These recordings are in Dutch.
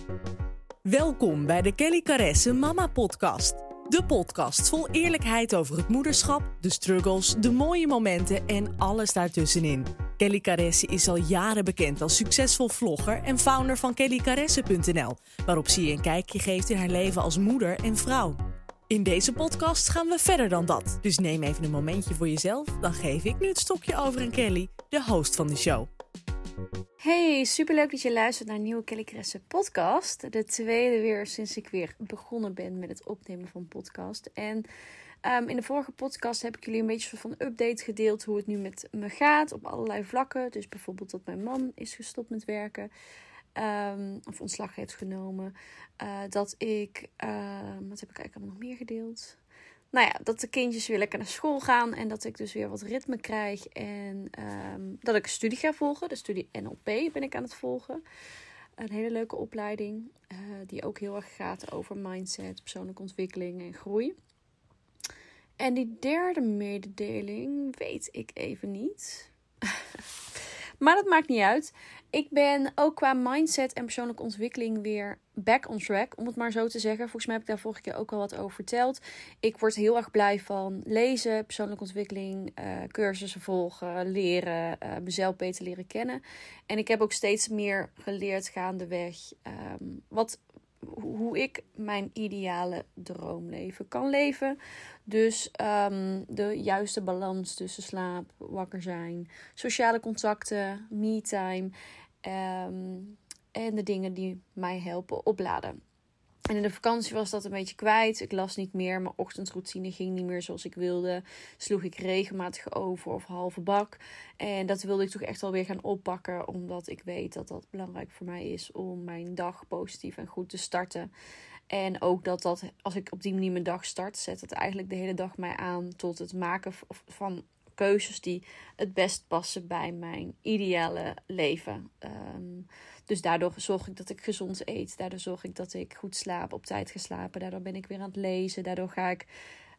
Welkom bij de Kelly Caresse Mama Podcast. De podcast vol eerlijkheid over het moederschap, de struggles, de mooie momenten en alles daartussenin. Kelly Caresse is al jaren bekend als succesvol vlogger en founder van kellycaresse.nl, waarop ze je een kijkje geeft in haar leven als moeder en vrouw. In deze podcast gaan we verder dan dat, dus neem even een momentje voor jezelf, dan geef ik nu het stokje over aan Kelly, de host van de show. Hey, superleuk dat je luistert naar een nieuwe Kelly Caresse podcast. De tweede weer sinds ik weer begonnen ben met het opnemen van podcast. En in de vorige podcast heb ik jullie een beetje van een update gedeeld hoe het nu met me gaat op allerlei vlakken. Dus bijvoorbeeld dat mijn man is gestopt met werken of ontslag heeft genomen. Dat ik, wat heb ik eigenlijk allemaal nog meer gedeeld? Nou ja, dat de kindjes weer lekker naar school gaan en dat ik dus weer wat ritme krijg. En dat ik een studie ga volgen. De studie NLP ben ik aan het volgen. Een hele leuke opleiding die ook heel erg gaat over mindset, persoonlijke ontwikkeling en groei. En die derde mededeling weet ik even niet. Maar dat maakt niet uit. Ik ben ook qua mindset en persoonlijke ontwikkeling weer back on track, om het maar zo te zeggen. Volgens mij heb ik daar vorige keer ook al wat over verteld. Ik word heel erg blij van lezen, persoonlijke ontwikkeling, cursussen volgen, leren, mezelf beter leren kennen. En ik heb ook steeds meer geleerd gaandeweg hoe ik mijn ideale droomleven kan leven. Dus de juiste balans tussen slaap, wakker zijn, sociale contacten, me-time en de dingen die mij helpen opladen. En in de vakantie was dat een beetje kwijt. Ik las niet meer. Mijn ochtendroutine ging niet meer zoals ik wilde. Sloeg ik regelmatig over of halve bak. En dat wilde ik toch echt wel weer gaan oppakken. Omdat ik weet dat dat belangrijk voor mij is om mijn dag positief en goed te starten. En ook dat als ik op die manier mijn dag start, zet het eigenlijk de hele dag mij aan tot het maken van keuzes die het best passen bij mijn ideale leven. Dus daardoor zorg ik dat ik gezond eet. Daardoor zorg ik dat ik goed slaap, op tijd ga slapen. Daardoor ben ik weer aan het lezen. Daardoor ga ik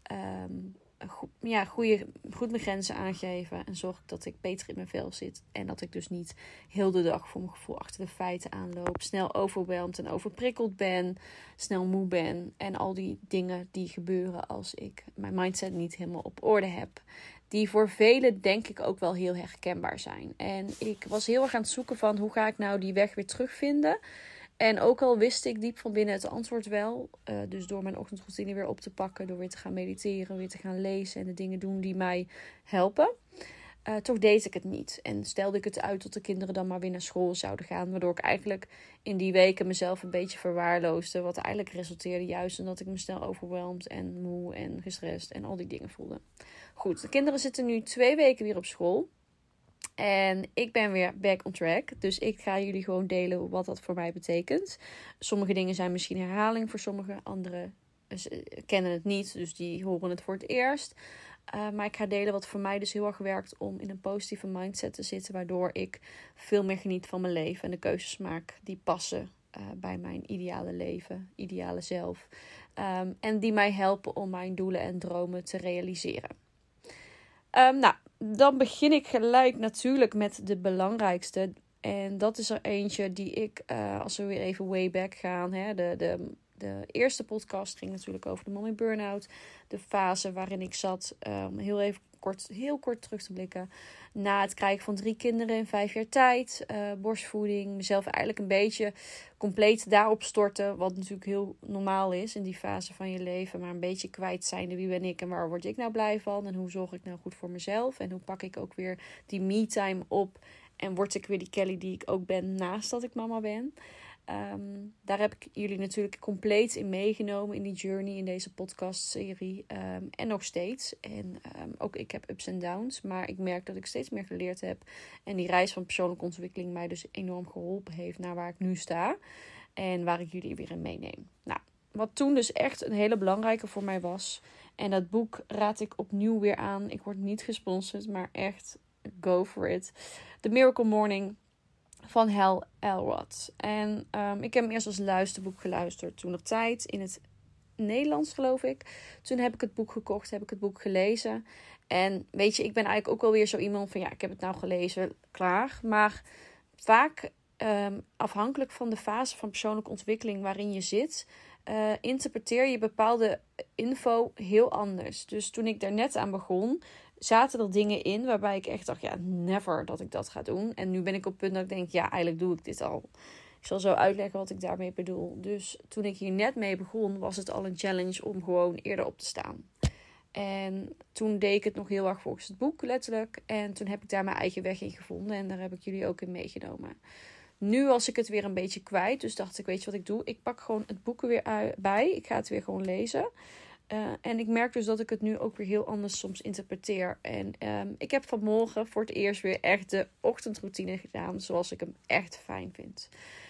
goed mijn grenzen aangeven. En zorg ik dat ik beter in mijn vel zit. En dat ik dus niet heel de dag voor mijn gevoel achter de feiten aanloop. Snel overweldigd en overprikkeld ben. Snel moe ben. En al die dingen die gebeuren als ik mijn mindset niet helemaal op orde heb. Die voor velen denk ik ook wel heel herkenbaar zijn. En ik was heel erg aan het zoeken van hoe ga ik nou die weg weer terugvinden. En ook al wist ik diep van binnen het antwoord wel. Dus door mijn ochtendroutine weer op te pakken. Door weer te gaan mediteren, weer te gaan lezen en de dingen doen die mij helpen. Toch deed ik het niet. En stelde ik het uit tot de kinderen dan maar weer naar school zouden gaan. Waardoor ik eigenlijk in die weken mezelf een beetje verwaarloosde. Wat eigenlijk resulteerde juist in dat ik me snel overweldigd en moe en gestrest en al die dingen voelde. Goed, de kinderen zitten nu 2 weken weer op school. En ik ben weer back on track. Dus ik ga jullie gewoon delen wat dat voor mij betekent. Sommige dingen zijn misschien herhaling voor sommigen. Anderen kennen het niet, dus die horen het voor het eerst. Maar ik ga delen wat voor mij dus heel erg werkt om in een positieve mindset te zitten. Waardoor ik veel meer geniet van mijn leven. En de keuzes maak die passen bij mijn ideale leven. Ideale zelf. En die mij helpen om mijn doelen en dromen te realiseren. Dan begin ik gelijk natuurlijk met de belangrijkste. En dat is er eentje die ik, als we weer even way back gaan. De eerste podcast ging natuurlijk over de mommy burn-out. De fase waarin ik zat, heel kort terug te blikken. Na het krijgen van 3 kinderen in 5 jaar tijd. Borstvoeding, mezelf eigenlijk een beetje compleet daarop storten. Wat natuurlijk heel normaal is in die fase van je leven. Maar een beetje kwijt zijnde, wie ben ik en waar word ik nou blij van? En hoe zorg ik nou goed voor mezelf? En hoe pak ik ook weer die me-time op? En word ik weer die Kelly die ik ook ben naast dat ik mama ben? Daar heb ik jullie natuurlijk compleet in meegenomen in die journey, in deze podcastserie. En nog steeds. En ook ik heb ups en downs. Maar ik merk dat ik steeds meer geleerd heb. En die reis van persoonlijke ontwikkeling mij dus enorm geholpen heeft naar waar ik nu sta. En waar ik jullie weer in meeneem. Nou, wat toen dus echt een hele belangrijke voor mij was. En dat boek raad ik opnieuw weer aan. Ik word niet gesponsord, maar echt go for it. The Miracle Morning van Hal Elrod. En ik heb hem eerst als luisterboek geluisterd. Toen op tijd in het Nederlands, geloof ik. Toen heb ik het boek gekocht, heb ik het boek gelezen. En weet je, ik ben eigenlijk ook wel weer zo iemand van ja, ik heb het nou gelezen, klaar. Maar vaak afhankelijk van de fase van persoonlijke ontwikkeling waarin je zit, interpreteer je bepaalde info heel anders. Dus toen ik daar net aan begon, zaten er dingen in waarbij ik echt dacht, ja, never dat ik dat ga doen. En nu ben ik op het punt dat ik denk, ja, eigenlijk doe ik dit al. Ik zal zo uitleggen wat ik daarmee bedoel. Dus toen ik hier net mee begon, was het al een challenge om gewoon eerder op te staan. En toen deed ik het nog heel erg volgens het boek, letterlijk. En toen heb ik daar mijn eigen weg in gevonden. En daar heb ik jullie ook in meegenomen. Nu was ik het weer een beetje kwijt. Dus dacht ik, weet je wat ik doe? Ik pak gewoon het boek er weer bij. Ik ga het weer gewoon lezen. En ik merk dus dat ik het nu ook weer heel anders soms interpreteer. En ik heb vanmorgen voor het eerst weer echt de ochtendroutine gedaan. Zoals ik hem echt fijn vind.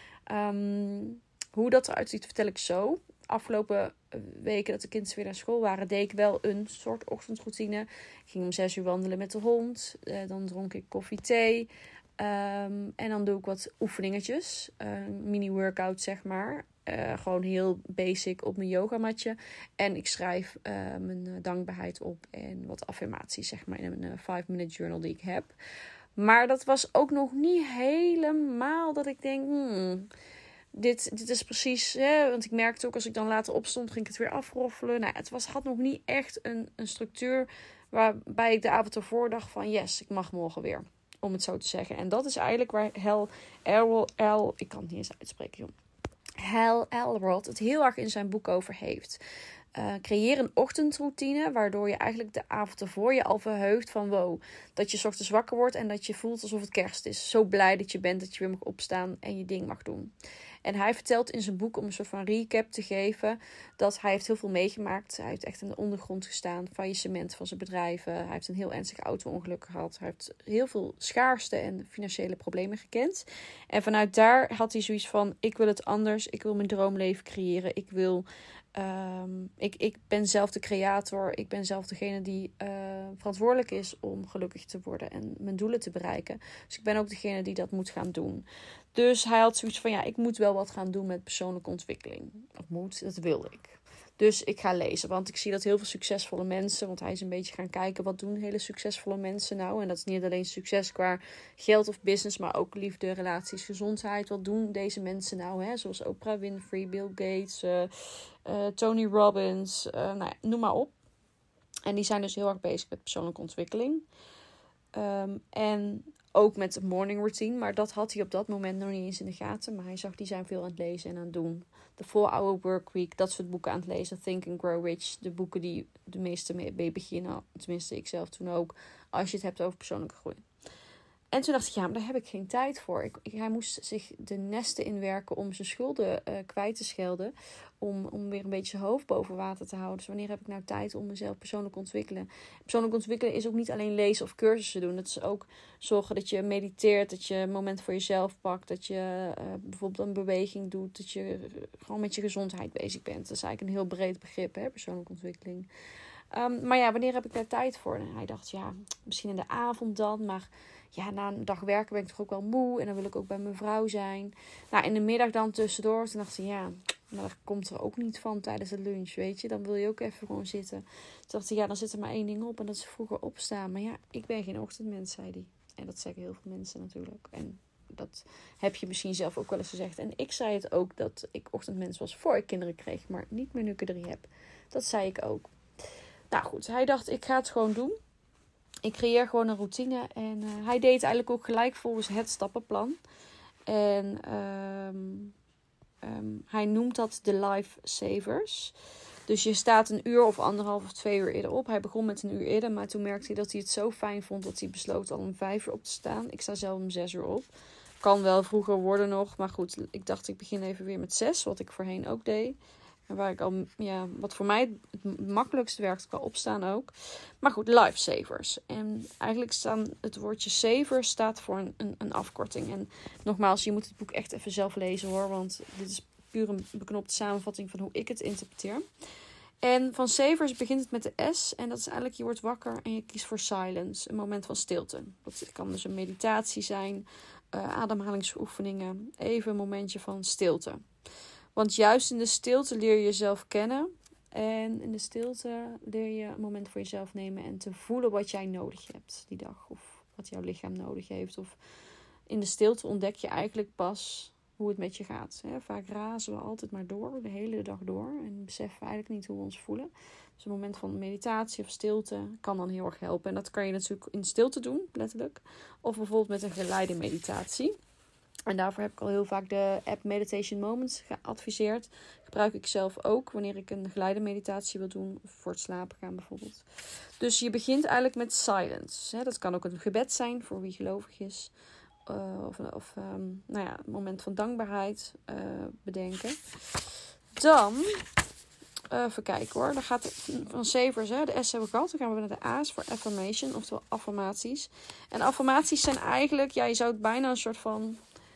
Hoe dat eruit ziet, vertel ik zo. Afgelopen weken dat de kinderen weer naar school waren, deed ik wel een soort ochtendroutine. Ik ging om 6 uur wandelen met de hond. Dan dronk ik koffie, thee. En dan doe ik wat oefeningetjes. Mini-workout, zeg maar. Gewoon heel basic op mijn yogamatje. En ik schrijf mijn dankbaarheid op. En wat affirmaties, zeg maar, in een 5-minute journal die ik heb. Maar dat was ook nog niet helemaal dat ik denk, dit is precies, want ik merkte ook als ik dan later opstond, ging ik het weer afroffelen. Nou, het had nog niet echt een structuur waarbij ik de avond ervoor dacht van, yes, ik mag morgen weer. Om het zo te zeggen. En dat is eigenlijk waar ik kan het niet eens uitspreken, joh. Hal Elrod het heel erg in zijn boek over heeft. Creëer een ochtendroutine waardoor je eigenlijk de avond ervoor je al verheugt van wow. Dat je 's ochtends wakker wordt en dat je voelt alsof het kerst is. Zo blij dat je bent dat je weer mag opstaan en je ding mag doen. En hij vertelt in zijn boek, om een soort van recap te geven, dat hij heeft heel veel meegemaakt. Hij heeft echt in de ondergrond gestaan, faillissement van zijn bedrijven. Hij heeft een heel ernstig auto-ongeluk gehad. Hij heeft heel veel schaarste en financiële problemen gekend. En vanuit daar had hij zoiets van, ik wil het anders. Ik wil mijn droomleven creëren. Ik ben zelf de creator. Ik ben zelf degene die verantwoordelijk is om gelukkig te worden en mijn doelen te bereiken. Dus ik ben ook degene die dat moet gaan doen. Dus hij had zoiets van, ja, ik moet wel wat gaan doen met persoonlijke ontwikkeling. Dat wil ik. Dus ik ga lezen, want ik zie dat heel veel succesvolle mensen, want hij is een beetje gaan kijken, wat doen hele succesvolle mensen nou? En dat is niet alleen succes qua geld of business, maar ook liefde, relaties, gezondheid. Wat doen deze mensen nou? Hè? Zoals Oprah Winfrey, Bill Gates, Tony Robbins, noem maar op. En die zijn dus heel erg bezig met persoonlijke ontwikkeling. En ook met de morning routine. Maar dat had hij op dat moment nog niet eens in de gaten. Maar hij zag, die zijn veel aan het lezen en aan het doen. De 4-Hour Workweek, dat soort boeken aan het lezen. Think and Grow Rich. De boeken die de meeste mee beginnen. Tenminste, ik zelf toen ook. Als je het hebt over persoonlijke groei. En toen dacht ik, ja, maar daar heb ik geen tijd voor. Hij moest zich de nesten inwerken om zijn schulden kwijt te schelden. Om weer een beetje zijn hoofd boven water te houden. Dus wanneer heb ik nou tijd om mezelf persoonlijk te ontwikkelen? Persoonlijk ontwikkelen is ook niet alleen lezen of cursussen doen. Dat is ook zorgen dat je mediteert. Dat je een moment voor jezelf pakt. Dat je bijvoorbeeld een beweging doet. Dat je gewoon met je gezondheid bezig bent. Dat is eigenlijk een heel breed begrip, hè, persoonlijke ontwikkeling. Maar ja, wanneer heb ik daar tijd voor? En hij dacht, ja, misschien in de avond dan. Maar ja, na een dag werken ben ik toch ook wel moe. En dan wil ik ook bij mijn vrouw zijn. Nou, in de middag dan tussendoor. Toen dacht hij, ja, maar dat komt er ook niet van tijdens de lunch, weet je. Dan wil je ook even gewoon zitten. Toen dacht hij, ja, dan zit er maar één ding op. En dat is vroeger opstaan. Maar ja, ik ben geen ochtendmens, zei hij. En dat zeggen heel veel mensen natuurlijk. En dat heb je misschien zelf ook wel eens gezegd. En ik zei het ook, dat ik ochtendmens was voor ik kinderen kreeg. Maar niet meer nu ik er 3 heb. Dat zei ik ook. Nou goed, hij dacht, ik ga het gewoon doen. Ik creëer gewoon een routine. En hij deed het eigenlijk ook gelijk volgens het stappenplan. En hij noemt dat de Life Savers. Dus je staat 1 uur of 1,5 of 2 uur eerder op. Hij begon met 1 uur eerder. Maar toen merkte hij dat hij het zo fijn vond dat hij besloot al om 5 uur op te staan. Ik sta zelf om 6 uur op. Kan wel vroeger worden nog. Maar goed, ik dacht ik begin even weer met 6. Wat ik voorheen ook deed. Waar ik al, ja, wat voor mij het makkelijkste werkt qua opstaan ook. Maar goed, Lifesavers. En eigenlijk het woordje saver staat voor een afkorting. En nogmaals, je moet het boek echt even zelf lezen hoor. Want dit is puur een beknopte samenvatting van hoe ik het interpreteer. En van savers begint het met de S. En dat is eigenlijk, je wordt wakker en je kiest voor silence. Een moment van stilte. Dat kan dus een meditatie zijn. Ademhalingsoefeningen. Even een momentje van stilte. Want juist in de stilte leer je jezelf kennen. En in de stilte leer je een moment voor jezelf nemen. En te voelen wat jij nodig hebt die dag. Of wat jouw lichaam nodig heeft. Of in de stilte ontdek je eigenlijk pas hoe het met je gaat. Vaak razen we altijd maar door, de hele dag door. En beseffen we eigenlijk niet hoe we ons voelen. Dus een moment van meditatie of stilte kan dan heel erg helpen. En dat kan je natuurlijk in stilte doen, letterlijk. Of bijvoorbeeld met een geleide meditatie. En daarvoor heb ik al heel vaak de app Meditation Moments geadviseerd. Gebruik ik zelf ook wanneer ik een geleide meditatie wil doen. Of voor het slapen gaan bijvoorbeeld. Dus je begint eigenlijk met silence. Dat kan ook een gebed zijn voor wie gelovig is. Een moment van dankbaarheid bedenken. Dan, even kijken hoor. Dan gaat het van Savers, de S hebben we gehad. Dan gaan we naar de A's voor affirmation, oftewel affirmaties. En affirmaties zijn eigenlijk, je zou het bijna een soort van...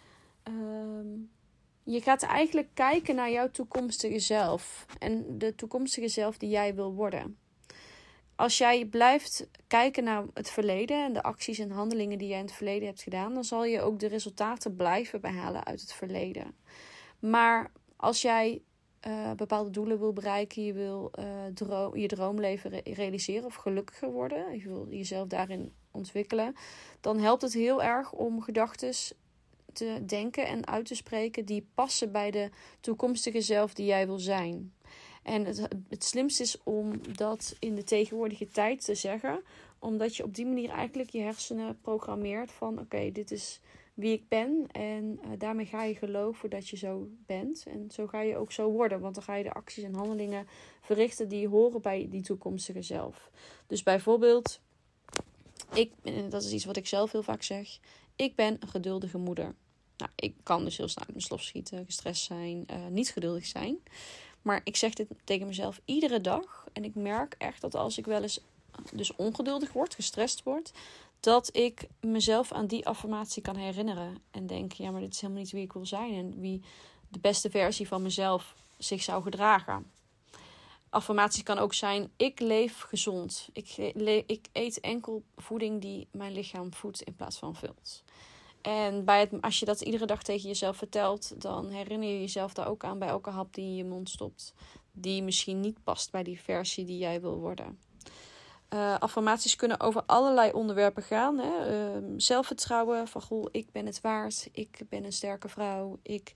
je gaat eigenlijk kijken naar jouw toekomstige zelf. En de toekomstige zelf die jij wil worden. Als jij blijft kijken naar het verleden en de acties en handelingen die jij in het verleden hebt gedaan, dan zal je ook de resultaten blijven behalen uit het verleden. Maar als jij bepaalde doelen wil bereiken, je wil je droomleven realiseren of gelukkiger worden, je wil jezelf daarin ontwikkelen, dan helpt het heel erg om gedachten te denken en uit te spreken die passen bij de toekomstige zelf die jij wil zijn. En het slimste is om dat in de tegenwoordige tijd te zeggen. Omdat je op die manier eigenlijk je hersenen programmeert van oké, dit is wie ik ben. En daarmee ga je geloven dat je zo bent. En zo ga je ook zo worden. Want dan ga je de acties en handelingen verrichten die horen bij die toekomstige zelf. Dus bijvoorbeeld, dat is iets wat ik zelf heel vaak zeg. Ik ben een geduldige moeder. Nou, ik kan dus heel snel uit mijn slof schieten, gestrest zijn, niet geduldig zijn. Maar ik zeg dit tegen mezelf iedere dag. En ik merk echt dat als ik wel eens dus ongeduldig word, gestrest word, dat ik mezelf aan die affirmatie kan herinneren. En denk, ja, maar dit is helemaal niet wie ik wil zijn. En wie de beste versie van mezelf zich zou gedragen. Affirmaties kan ook zijn, ik leef gezond. Ik eet enkel voeding die mijn lichaam voedt in plaats van vult. En als je dat iedere dag tegen jezelf vertelt, dan herinner je jezelf daar ook aan bij elke hap die je in je mond stopt. Die misschien niet past bij die versie die jij wil worden. Affirmaties kunnen over allerlei onderwerpen gaan. Zelfvertrouwen, van goh, ik ben het waard. Ik ben een sterke vrouw. Ik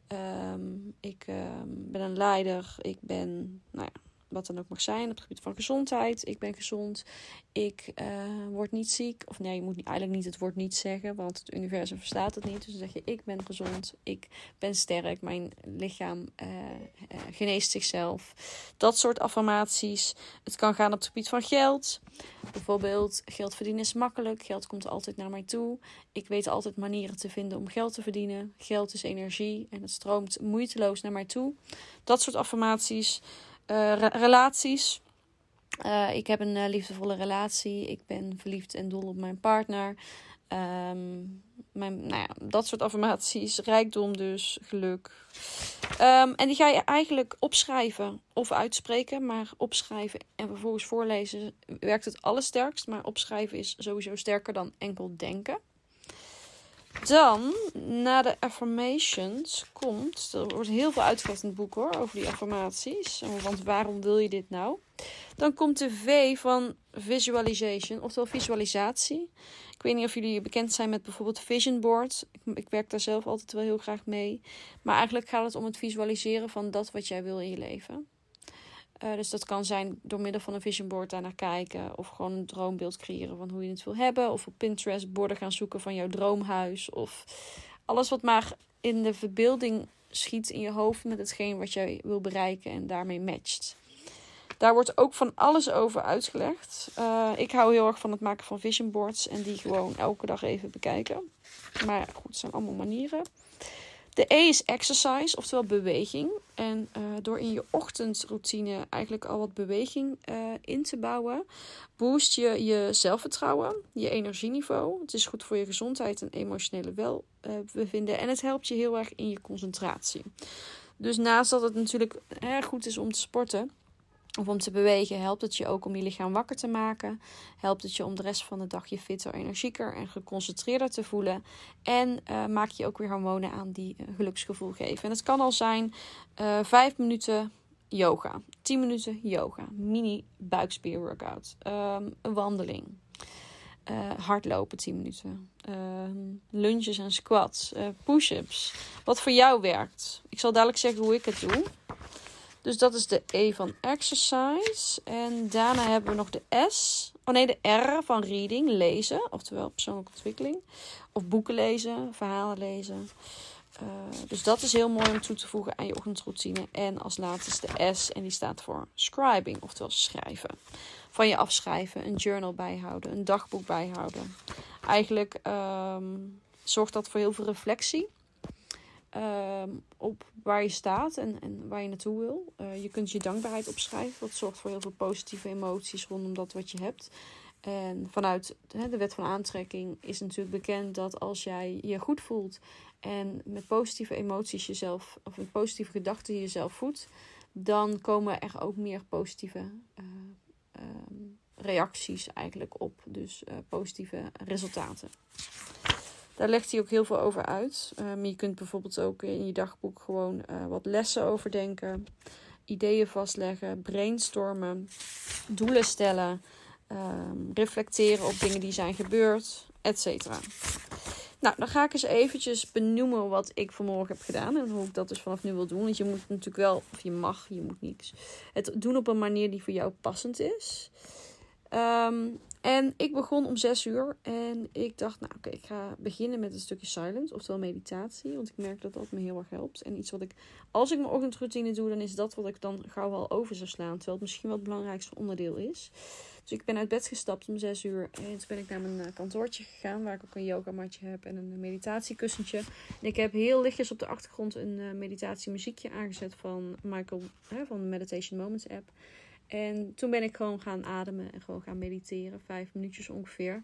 ben een leider. Ik ben, wat dan ook mag zijn op het gebied van gezondheid. Ik ben gezond. Ik word niet ziek. Of nee, je moet eigenlijk niet het woord niet zeggen. Want het universum verstaat het niet. Dus dan zeg je, ik ben gezond. Ik ben sterk. Mijn lichaam geneest zichzelf. Dat soort affirmaties. Het kan gaan op het gebied van geld. Bijvoorbeeld, geld verdienen is makkelijk. Geld komt altijd naar mij toe. Ik weet altijd manieren te vinden om geld te verdienen. Geld is energie. En het stroomt moeiteloos naar mij toe. Dat soort affirmaties. Relaties. Ik heb een liefdevolle relatie. Ik ben verliefd en dol op mijn partner. Dat soort affirmaties. Rijkdom dus. Geluk. En die ga je eigenlijk opschrijven of uitspreken. Maar opschrijven en vervolgens voorlezen werkt het allersterkst. Maar opschrijven is sowieso sterker dan enkel denken. Dan, na de affirmations komt... Er wordt heel veel uitgelegd in het boek hoor, over die affirmaties. Want waarom wil je dit nou? Dan komt de V van visualization, oftewel visualisatie. Ik weet niet of jullie bekend zijn met bijvoorbeeld Vision Board. Ik werk daar zelf altijd wel heel graag mee. Maar eigenlijk gaat het om het visualiseren van dat wat jij wil in je leven. Dus dat kan zijn door middel van een vision board daarnaar kijken. Of gewoon een droombeeld creëren van hoe je het wil hebben. Of op Pinterest borden gaan zoeken van jouw droomhuis. Of alles wat maar in de verbeelding schiet in je hoofd met hetgeen wat jij wil bereiken en daarmee matcht. Daar wordt ook van alles over uitgelegd. Ik hou heel erg van het maken van vision boards en die gewoon elke dag even bekijken. Maar goed, het zijn allemaal manieren. De E is exercise, oftewel beweging. En door in je ochtendroutine eigenlijk al wat beweging in te bouwen, boost je je zelfvertrouwen, je energieniveau. Het is goed voor je gezondheid en emotionele welbevinden. En het helpt je heel erg in je concentratie. Dus naast dat het natuurlijk goed is om te sporten of om te bewegen, helpt het je ook om je lichaam wakker te maken. Helpt het je om de rest van de dag je fitter, energieker en geconcentreerder te voelen. En maak je ook weer hormonen aan die geluksgevoel geven. En het kan al zijn 5 minuten yoga, 10 minuten yoga, mini buikspier workout, een wandeling. Hardlopen 10 minuten. Lunges en squats. Push-ups. Wat voor jou werkt. Ik zal dadelijk zeggen hoe ik het doe. Dus dat is de E van exercise. En daarna hebben we nog de S. De R van reading. Lezen. Oftewel persoonlijke ontwikkeling. Of boeken lezen. Verhalen lezen. Dus dat is heel mooi om toe te voegen aan je ochtendroutine. En als laatste de S. En die staat voor scribing. Oftewel schrijven. Van je afschrijven. Een journal bijhouden. Een dagboek bijhouden. Eigenlijk zorgt dat voor heel veel reflectie. Op waar je staat en waar je naartoe wil. Je kunt je dankbaarheid opschrijven. Dat zorgt voor heel veel positieve emoties rondom dat wat je hebt. En vanuit de wet van aantrekking is natuurlijk bekend dat als jij je goed voelt en met positieve emoties jezelf, of met positieve gedachten jezelf voedt, dan komen er ook meer positieve reacties eigenlijk op. Dus positieve resultaten. Daar legt hij ook heel veel over uit. Je kunt bijvoorbeeld ook in je dagboek gewoon wat lessen overdenken. Ideeën vastleggen. Brainstormen. Doelen stellen. Reflecteren op dingen die zijn gebeurd. Etcetera. Nou, dan ga ik eens eventjes benoemen wat ik vanmorgen heb gedaan. En hoe ik dat dus vanaf nu wil doen. Want je moet natuurlijk wel, of je mag, je moet niks. Het doen op een manier die voor jou passend is. En ik begon om 6:00 en ik dacht, ik ga beginnen met een stukje silence, oftewel meditatie. Want ik merk dat dat me heel erg helpt. En iets wat ik, als ik mijn ochtendroutine doe, dan is dat wat ik dan gauw al over zou slaan. Terwijl het misschien wel het belangrijkste onderdeel is. Dus ik ben uit bed gestapt om 6:00 en toen ben ik naar mijn kantoortje gegaan, waar ik ook een yogamatje heb en een meditatiekussentje. En ik heb heel lichtjes op de achtergrond een meditatiemuziekje aangezet van Michael, van de Meditation Moments app. En toen ben ik gewoon gaan ademen en gewoon gaan mediteren. 5 minuutjes ongeveer.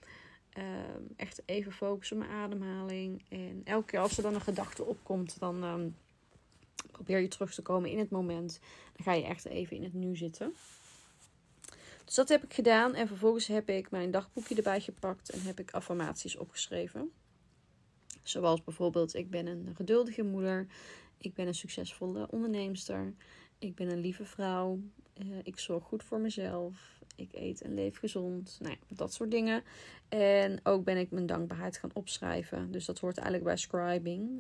Echt even focussen op mijn ademhaling. En elke keer als er dan een gedachte opkomt, dan probeer je terug te komen in het moment. Dan ga je echt even in het nu zitten. Dus dat heb ik gedaan. En vervolgens heb ik mijn dagboekje erbij gepakt en heb ik affirmaties opgeschreven. Zoals bijvoorbeeld, ik ben een geduldige moeder. Ik ben een succesvolle onderneemster. Ik ben een lieve vrouw. Ik zorg goed voor mezelf. Ik eet en leef gezond. Nou ja, dat soort dingen. En ook ben ik mijn dankbaarheid gaan opschrijven. Dus dat hoort eigenlijk bij scribing.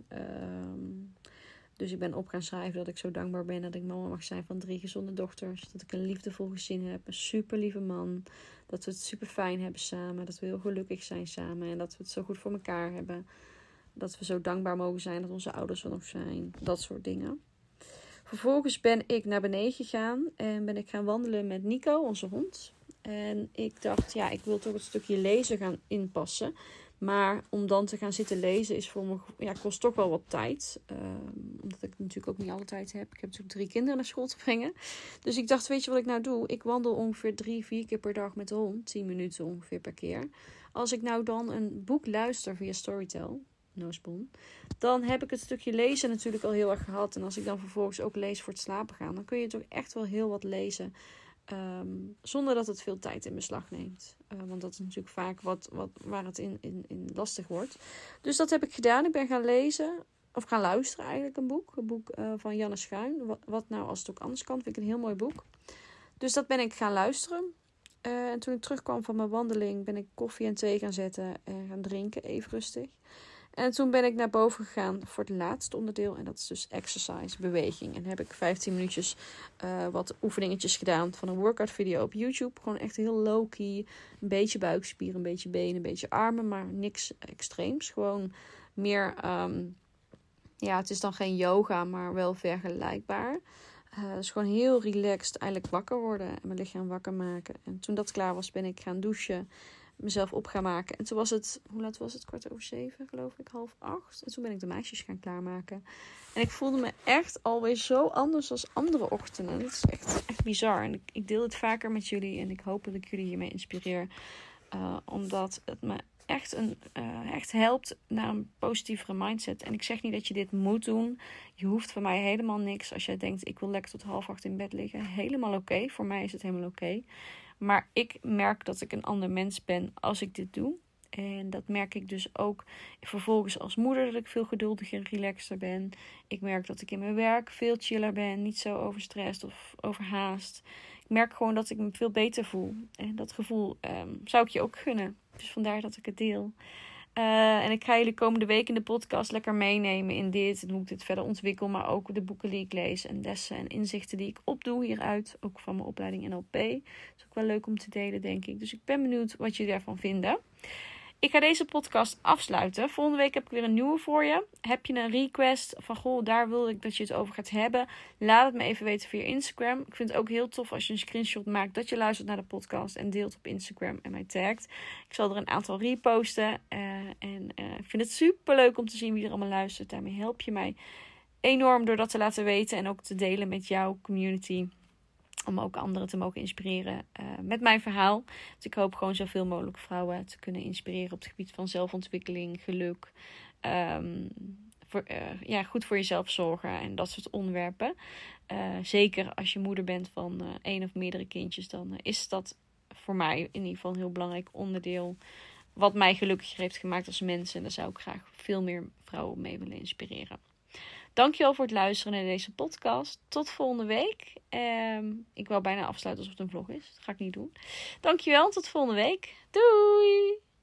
Dus ik ben op gaan schrijven dat ik zo dankbaar ben dat ik mama mag zijn van 3 gezonde dochters. Dat ik een liefdevol gezin heb. Een super lieve man. Dat we het super fijn hebben samen. Dat we heel gelukkig zijn samen. En dat we het zo goed voor elkaar hebben. Dat we zo dankbaar mogen zijn dat onze ouders er nog zijn. Dat soort dingen. Vervolgens ben ik naar beneden gegaan en ben ik gaan wandelen met Nico, onze hond. En ik dacht, ik wil toch een stukje lezen gaan inpassen. Maar om dan te gaan zitten lezen is voor me, kost toch wel wat tijd. Omdat ik natuurlijk ook niet alle tijd heb. Ik heb natuurlijk 3 kinderen naar school te brengen. Dus ik dacht, weet je wat ik nou doe? Ik wandel ongeveer 3-4 keer per dag met de hond. 10 minuten ongeveer per keer. Als ik nou dan een boek luister via Storytel, Noosbon, dan heb ik het stukje lezen natuurlijk al heel erg gehad. En als ik dan vervolgens ook lees voor het slapen gaan, dan kun je toch echt wel heel wat lezen. Zonder dat het veel tijd in beslag neemt. Want dat is natuurlijk vaak waar het in lastig wordt. Dus dat heb ik gedaan. Ik ben gaan lezen, of gaan luisteren eigenlijk een boek. Een boek van Janne Schuin. Wat nou als het ook anders kan. Vind ik een heel mooi boek. Dus dat ben ik gaan luisteren. En toen ik terugkwam van mijn wandeling ben ik koffie en thee gaan zetten en gaan drinken, even rustig. En toen ben ik naar boven gegaan voor het laatste onderdeel. En dat is dus exercise, beweging. En heb ik 15 minuutjes wat oefeningetjes gedaan van een workout video op YouTube. Gewoon echt heel low-key. Een beetje buikspieren, een beetje benen, een beetje armen. Maar niks extreems. Gewoon meer, het is dan geen yoga, maar wel vergelijkbaar. Dus gewoon heel relaxed eigenlijk wakker worden. En mijn lichaam wakker maken. En toen dat klaar was, ben ik gaan douchen. Mezelf op gaan maken. En toen was het, hoe laat was het? 7:15 geloof ik, 7:30. En toen ben ik de meisjes gaan klaarmaken. En ik voelde me echt alweer zo anders als andere ochtenden. Dat is echt bizar. En ik deel het vaker met jullie. En ik hoop dat ik jullie hiermee inspireer. Omdat het me echt helpt naar een positievere mindset. En ik zeg niet dat je dit moet doen. Je hoeft van mij helemaal niks. Als jij denkt, ik wil lekker tot 7:30 in bed liggen. Helemaal oké. Voor mij is het helemaal oké. Maar ik merk dat ik een ander mens ben als ik dit doe. En dat merk ik dus ook vervolgens als moeder, dat ik veel geduldiger en relaxter ben. Ik merk dat ik in mijn werk veel chiller ben, niet zo overstressed of overhaast. ik merk gewoon dat ik me veel beter voel. En dat gevoel zou ik je ook gunnen. Dus vandaar dat ik het deel. En ik ga jullie komende week in de podcast lekker meenemen in dit. En hoe ik dit verder ontwikkel. Maar ook de boeken die ik lees. En lessen en inzichten die ik opdoe hieruit. Ook van mijn opleiding NLP. Dat is ook wel leuk om te delen, denk ik. Dus ik ben benieuwd wat jullie daarvan vinden. Ik ga deze podcast afsluiten. Volgende week heb ik weer een nieuwe voor je. Heb je een request van, goh, daar wil ik dat je het over gaat hebben. Laat het me even weten via Instagram. Ik vind het ook heel tof als je een screenshot maakt dat je luistert naar de podcast en deelt op Instagram en mij tagt. Ik zal er een aantal reposten. Ik vind het super leuk om te zien wie er allemaal luistert. Daarmee help je mij enorm door dat te laten weten en ook te delen met jouw community. Om ook anderen te mogen inspireren met mijn verhaal. Dus ik hoop gewoon zoveel mogelijk vrouwen te kunnen inspireren op het gebied van zelfontwikkeling, geluk. Goed voor jezelf zorgen en dat soort onderwerpen. Zeker als je moeder bent van 1 of meerdere kindjes. Dan is dat voor mij in ieder geval een heel belangrijk onderdeel. Wat mij gelukkiger heeft gemaakt als mens. En daar zou ik graag veel meer vrouwen mee willen inspireren. Dankjewel voor het luisteren naar deze podcast. Tot volgende week. Ik wou bijna afsluiten alsof het een vlog is. Dat ga ik niet doen. Dankjewel. Tot volgende week. Doei!